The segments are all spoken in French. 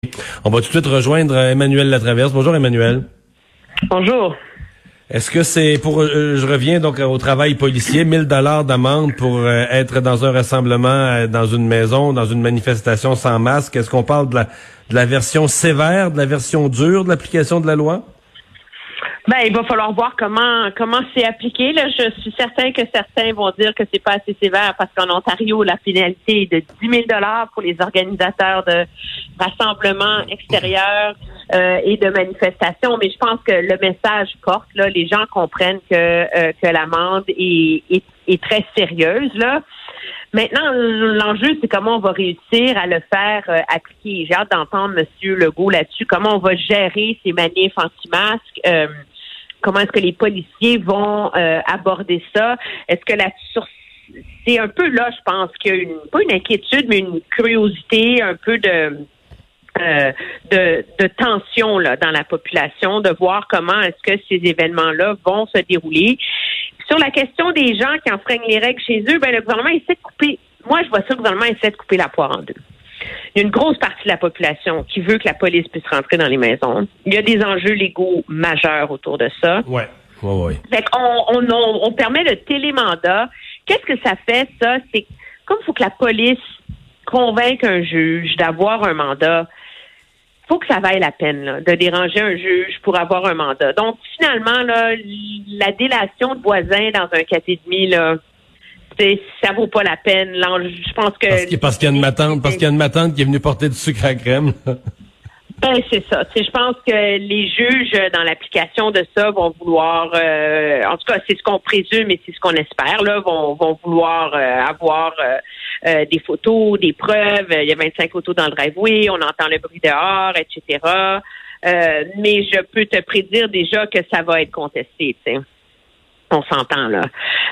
On va tout de suite rejoindre Emmanuel Latraverse. Bonjour Emmanuel. Bonjour. Est-ce que c'est pour je reviens donc au travail policier, 1000 $ d'amende pour être dans un rassemblement, dans une maison, dans une manifestation sans masque? Est-ce qu'on parle de la version sévère, de la version dure de l'application de la loi? Ben, il va falloir voir comment c'est appliqué. Là, je suis certain que certains vont dire que c'est pas assez sévère parce qu'en Ontario, la pénalité est de 10 000 $ pour les organisateurs de rassemblements extérieurs et de manifestations. Mais je pense que le message porte. Là, les gens comprennent que l'amende est très sérieuse. Là. Maintenant, l'enjeu, c'est comment on va réussir à le faire appliquer. J'ai hâte d'entendre M. Legault là-dessus. Comment on va gérer ces manifs anti-masques. Comment est-ce que les policiers vont aborder ça? Est-ce que c'est un peu là, je pense qu'il y a pas une inquiétude, mais une curiosité, un peu de tension là dans la population, de voir comment est-ce que ces événements-là vont se dérouler. Sur la question des gens qui enfreignent les règles chez eux, ben le gouvernement essaie de couper. Moi, je vois ça, le gouvernement essaie de couper la poire en deux. Il y a une grosse partie de la population qui veut que la police puisse rentrer dans les maisons. Il y a des enjeux légaux majeurs autour de ça. Ouais. Fait qu'on permet le télémandat. Qu'est-ce que ça fait, ça? C'est comme il faut que la police convainque un juge d'avoir un mandat. Il faut que ça vaille la peine là, de déranger un juge pour avoir un mandat. Donc, finalement, là, la délation de voisins dans un 4,5, là, ça vaut pas la peine. Là, je pense que parce qu'il y a une matante qui est venue porter du sucre à crème. Ben c'est ça. Je pense que les juges dans l'application de ça vont vouloir, en tout cas c'est ce qu'on présume et c'est ce qu'on espère là, vont vouloir avoir des photos, des preuves. Il y a 25 photos dans le driveway, on entend le bruit dehors, etc. Mais je peux te prédire déjà que ça va être contesté. T'sais. On s'entend, là.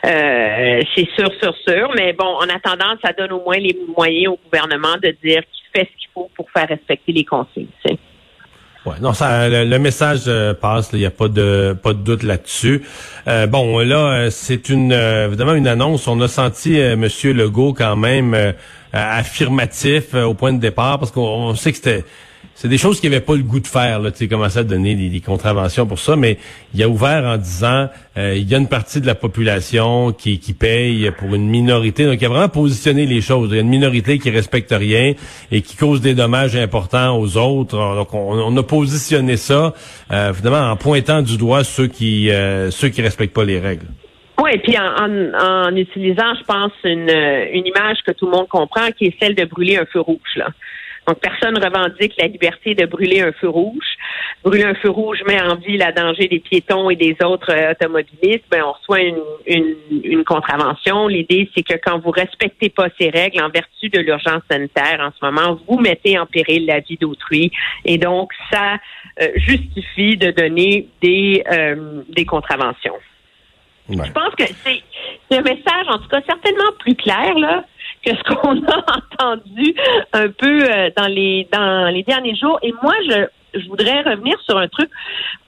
C'est sûr. Mais bon, en attendant, ça donne au moins les moyens au gouvernement de dire qu'il fait ce qu'il faut pour faire respecter les consignes. T'sais. Ouais, non, ça, le message passe. Il n'y a pas de doute là-dessus. Bon, là, c'est évidemment une annonce. On a senti Monsieur Legault quand même affirmatif au point de départ parce qu'on sait que c'est des choses qu'il n'avait pas le goût de faire, là, tu sais, commencer à donner des contraventions pour ça, mais il a ouvert en disant il y a une partie de la population qui paye pour une minorité. Donc, il a vraiment positionné les choses. Il y a une minorité qui respecte rien et qui cause des dommages importants aux autres. Donc, on a positionné ça, finalement, en pointant du doigt ceux qui respectent pas les règles. Oui, puis en utilisant, je pense, une image que tout le monde comprend, qui est celle de brûler un feu rouge, là. Donc, personne ne revendique la liberté de brûler un feu rouge. Brûler un feu rouge met en ville à danger des piétons et des autres automobilistes. Ben, on reçoit une contravention. L'idée, c'est que quand vous respectez pas ces règles, en vertu de l'urgence sanitaire en ce moment, vous mettez en péril la vie d'autrui. Et donc, ça justifie de donner des contraventions. Ouais. Je pense que c'est un message, en tout cas, certainement plus clair, là, que ce qu'on a entendu un peu dans les derniers jours. Et moi, je voudrais revenir sur un truc.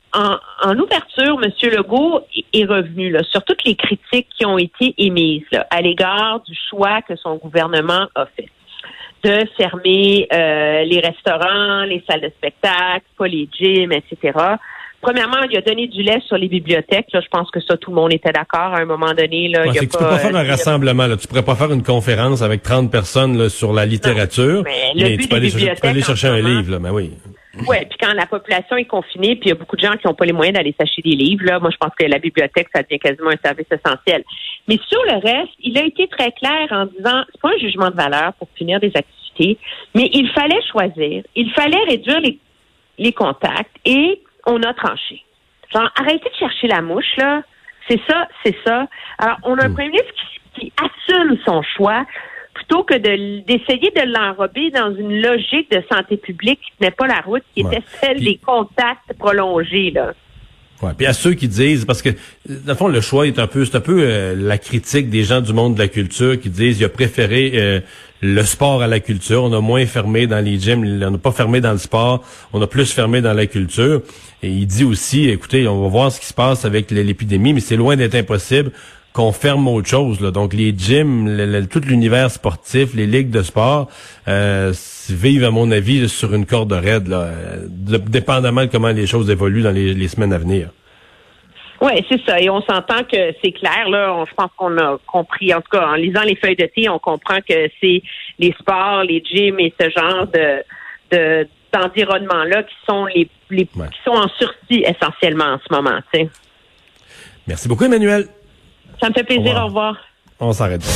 En ouverture, M. Legault est revenu là, sur toutes les critiques qui ont été émises là, à l'égard du choix que son gouvernement a fait de fermer les restaurants, les salles de spectacle, pas les gyms, etc. Premièrement, il a donné du lait sur les bibliothèques. Là, je pense que ça, tout le monde était d'accord à un moment donné. Là, ouais, c'est que tu peux pas faire un rassemblement. Là. Tu pourrais pas faire une conférence avec 30 personnes là, sur la littérature. Non, mais tu peux aller chercher un livre. Là, mais oui. Oui, puis quand la population est confinée, puis il y a beaucoup de gens qui n'ont pas les moyens d'aller s'acheter des livres, là, moi, je pense que la bibliothèque, ça devient quasiment un service essentiel. Mais sur le reste, il a été très clair en disant, c'est pas un jugement de valeur pour punir des activités, mais il fallait choisir. Il fallait réduire les contacts et on a tranché. Genre, arrêtez de chercher la mouche, là. C'est ça. Alors, on a un premier ministre qui assume son choix plutôt que d'essayer de l'enrober dans une logique de santé publique qui tenait pas la route, qui était celle des contacts prolongés, là. Ouais, puis à ceux qui disent, parce que dans le fond le choix c'est un peu la critique des gens du monde de la culture qui disent il a préféré le sport à la culture, on a moins fermé dans les gyms, on n'a pas fermé dans le sport, on a plus fermé dans la culture. Et il dit aussi, écoutez, on va voir ce qui se passe avec l'épidémie, mais c'est loin d'être impossible qu'on ferme autre chose, là. Donc les gyms, tout l'univers sportif, les ligues de sport vivent, à mon avis, là, sur une corde raide, là, dépendamment de comment les choses évoluent dans les semaines à venir. Oui, c'est ça. Et on s'entend que c'est clair, là. Je pense qu'on a compris, en tout cas, en lisant les feuilles de thé, on comprend que c'est les sports, les gyms et ce genre d'environnement-là qui sont qui sont en sursis essentiellement en ce moment, tu sais. Merci beaucoup, Emmanuel. Ça me fait plaisir. Au revoir. On s'arrête.